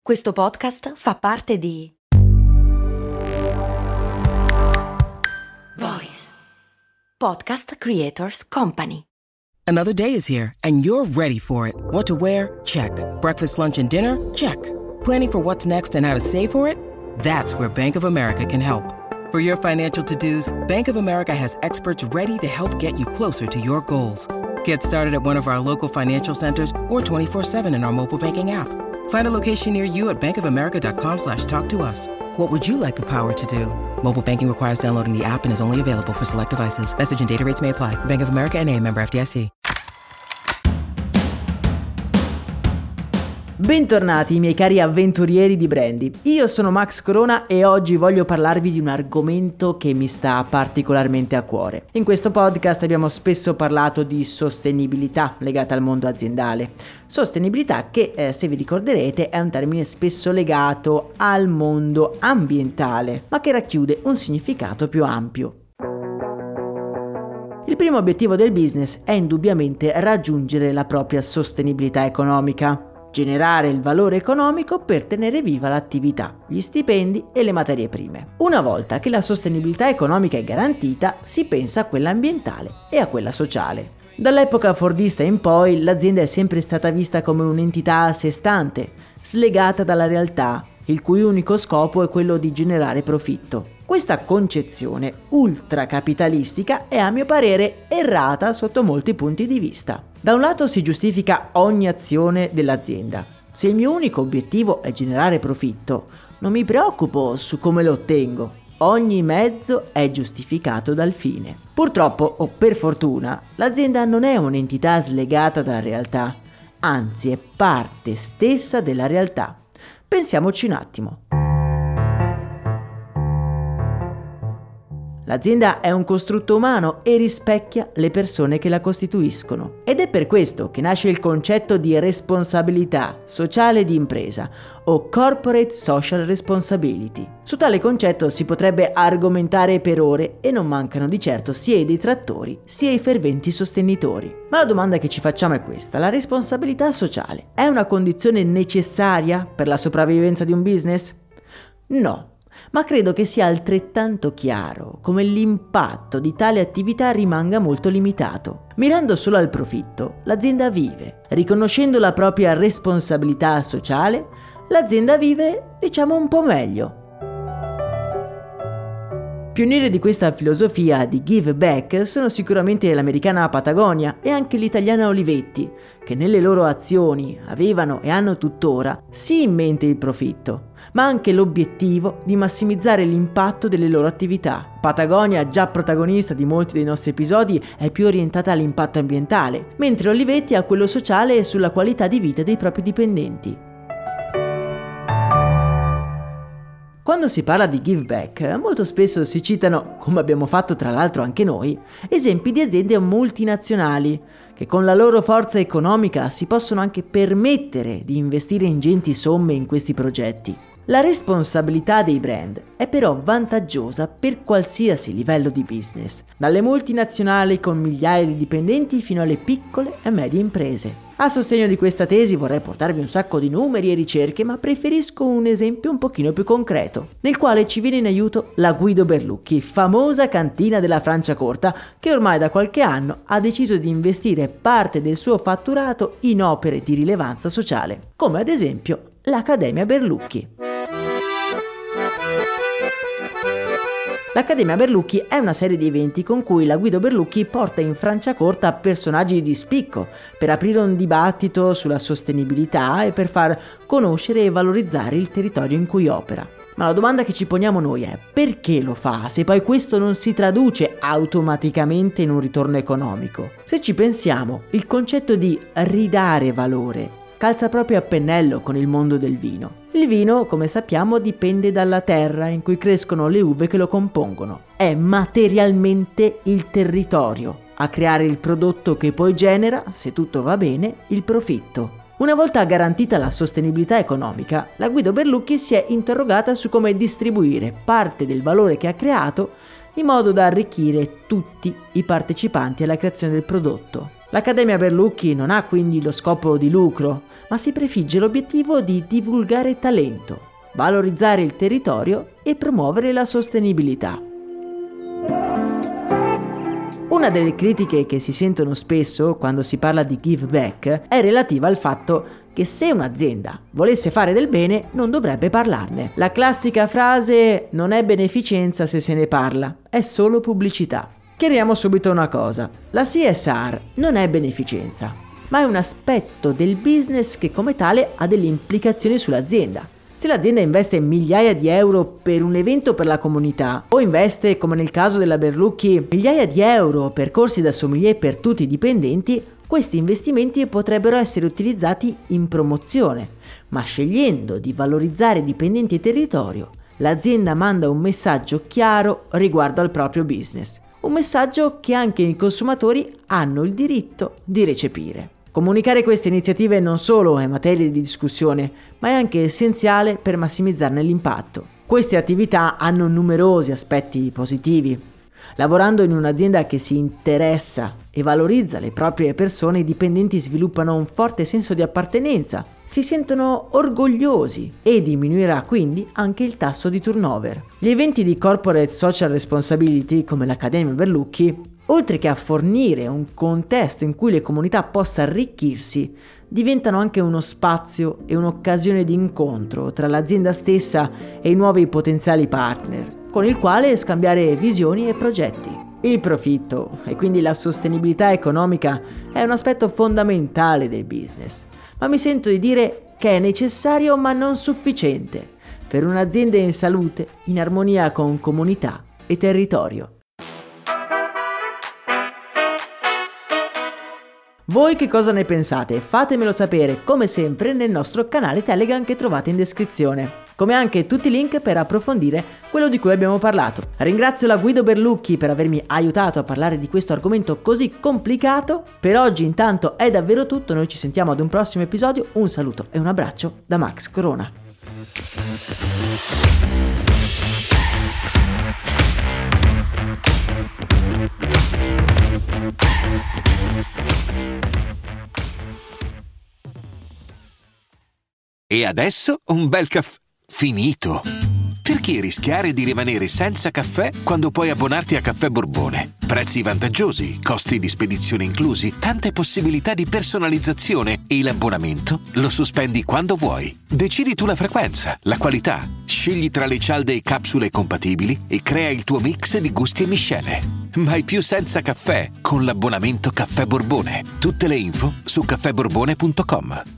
Questo podcast fa parte di Voice Podcast Creators Company. Another day is here, and you're ready for it. What to wear? Check. Breakfast, lunch, and dinner? Check. Planning for what's next and how to save for it? That's where Bank of America can help. For your financial to-dos, Bank of America has experts ready to help get you closer to your goals. Get started at one of our local financial centers or 24/7 in our mobile banking app. Find a location near you at bankofamerica.com/talktous. What would you like the power to do? Mobile banking requires downloading the app and is only available for select devices. Message and data rates may apply. Bank of America N.A., member FDIC. Bentornati miei cari avventurieri di Brandy, io sono Max Corona e oggi voglio parlarvi di un argomento che mi sta particolarmente a cuore. In questo podcast abbiamo spesso parlato di sostenibilità legata al mondo aziendale, sostenibilità che se vi ricorderete è un termine spesso legato al mondo ambientale, ma che racchiude un significato più ampio. Il primo obiettivo del business è indubbiamente raggiungere la propria sostenibilità economica. Generare il valore economico per tenere viva l'attività, gli stipendi e le materie prime. Una volta che la sostenibilità economica è garantita, si pensa a quella ambientale e a quella sociale. Dall'epoca fordista in poi, l'azienda è sempre stata vista come un'entità a sé stante, slegata dalla realtà, il cui unico scopo è quello di generare profitto. Questa concezione ultracapitalistica è a mio parere errata sotto molti punti di vista. Da un lato si giustifica ogni azione dell'azienda. Se il mio unico obiettivo è generare profitto, non mi preoccupo su come lo ottengo. Ogni mezzo è giustificato dal fine. Purtroppo, o per fortuna, l'azienda non è un'entità slegata dalla realtà, anzi è parte stessa della realtà. Pensiamoci un attimo. L'azienda è un costrutto umano e rispecchia le persone che la costituiscono. Ed è per questo che nasce il concetto di responsabilità sociale di impresa o Corporate Social Responsibility. Su tale concetto si potrebbe argomentare per ore e non mancano di certo sia i detrattori sia i ferventi sostenitori. Ma la domanda che ci facciamo è questa: la responsabilità sociale è una condizione necessaria per la sopravvivenza di un business? No. Ma credo che sia altrettanto chiaro come l'impatto di tale attività rimanga molto limitato. Mirando solo al profitto, l'azienda vive. Riconoscendo la propria responsabilità sociale, l'azienda vive, diciamo, un po' meglio. Pioniere di questa filosofia di give back sono sicuramente l'americana Patagonia e anche l'italiana Olivetti, che nelle loro azioni avevano e hanno tuttora sì in mente il profitto, ma anche l'obiettivo di massimizzare l'impatto delle loro attività. Patagonia, già protagonista di molti dei nostri episodi, è più orientata all'impatto ambientale, mentre Olivetti ha quello sociale e sulla qualità di vita dei propri dipendenti. Quando si parla di give back, molto spesso si citano, come abbiamo fatto tra l'altro anche noi, esempi di aziende multinazionali che con la loro forza economica si possono anche permettere di investire ingenti somme in questi progetti. La responsabilità dei brand è però vantaggiosa per qualsiasi livello di business, dalle multinazionali con migliaia di dipendenti fino alle piccole e medie imprese. A sostegno di questa tesi vorrei portarvi un sacco di numeri e ricerche, ma preferisco un esempio un pochino più concreto, nel quale ci viene in aiuto la Guido Berlucchi, famosa cantina della Franciacorta, che ormai da qualche anno ha deciso di investire parte del suo fatturato in opere di rilevanza sociale, come ad esempio l'Accademia Berlucchi. L'Accademia Berlucchi è una serie di eventi con cui la Guido Berlucchi porta in Franciacorta personaggi di spicco per aprire un dibattito sulla sostenibilità e per far conoscere e valorizzare il territorio in cui opera. Ma la domanda che ci poniamo noi è: perché lo fa se poi questo non si traduce automaticamente in un ritorno economico? Se ci pensiamo, il concetto di ridare valore calza proprio a pennello con il mondo del vino. Il vino, come sappiamo, dipende dalla terra in cui crescono le uve che lo compongono. È materialmente il territorio a creare il prodotto che poi genera, se tutto va bene, il profitto. Una volta garantita la sostenibilità economica, la Guido Berlucchi si è interrogata su come distribuire parte del valore che ha creato in modo da arricchire tutti i partecipanti alla creazione del prodotto. L'Accademia Berlucchi non ha quindi lo scopo di lucro, ma si prefigge l'obiettivo di divulgare talento, valorizzare il territorio e promuovere la sostenibilità. Una delle critiche che si sentono spesso quando si parla di give back è relativa al fatto che se un'azienda volesse fare del bene non dovrebbe parlarne. La classica frase "non è beneficenza se se ne parla, è solo pubblicità". Chiariamo subito una cosa: la CSR non è beneficenza, ma è un aspetto del business che come tale ha delle implicazioni sull'azienda. Se l'azienda investe migliaia di euro per un evento per la comunità, o investe, come nel caso della Berlucchi, migliaia di euro per corsi da sommelier per tutti i dipendenti, questi investimenti potrebbero essere utilizzati in promozione, ma scegliendo di valorizzare dipendenti e territorio, l'azienda manda un messaggio chiaro riguardo al proprio business. Un messaggio che anche i consumatori hanno il diritto di recepire. Comunicare queste iniziative non solo è materia di discussione, ma è anche essenziale per massimizzarne l'impatto. Queste attività hanno numerosi aspetti positivi. Lavorando in un'azienda che si interessa e valorizza le proprie persone, i dipendenti sviluppano un forte senso di appartenenza, si sentono orgogliosi e diminuirà quindi anche il tasso di turnover. Gli eventi di corporate social responsibility, come l'Accademia Berlucchi, oltre che a fornire un contesto in cui le comunità possa arricchirsi, diventano anche uno spazio e un'occasione di incontro tra l'azienda stessa e i nuovi potenziali partner, con il quale scambiare visioni e progetti. Il profitto e quindi la sostenibilità economica è un aspetto fondamentale del business, ma mi sento di dire che è necessario ma non sufficiente per un'azienda in salute, in armonia con comunità e territorio. Voi che cosa ne pensate? Fatemelo sapere come sempre nel nostro canale Telegram che trovate in descrizione, come anche tutti i link per approfondire quello di cui abbiamo parlato. Ringrazio la Guido Berlucchi per avermi aiutato a parlare di questo argomento così complicato. Per oggi intanto è davvero tutto, noi ci sentiamo ad un prossimo episodio, un saluto e un abbraccio da Max Corona. E adesso un bel caffè finito. Perché rischiare di rimanere senza caffè quando puoi abbonarti a Caffè Borbone? Prezzi vantaggiosi, costi di spedizione inclusi, tante possibilità di personalizzazione e l'abbonamento lo sospendi quando vuoi. Decidi tu la frequenza, la qualità, scegli tra le cialde e capsule compatibili e crea il tuo mix di gusti e miscele. Mai più senza caffè con l'abbonamento Caffè Borbone. Tutte le info su caffèborbone.com.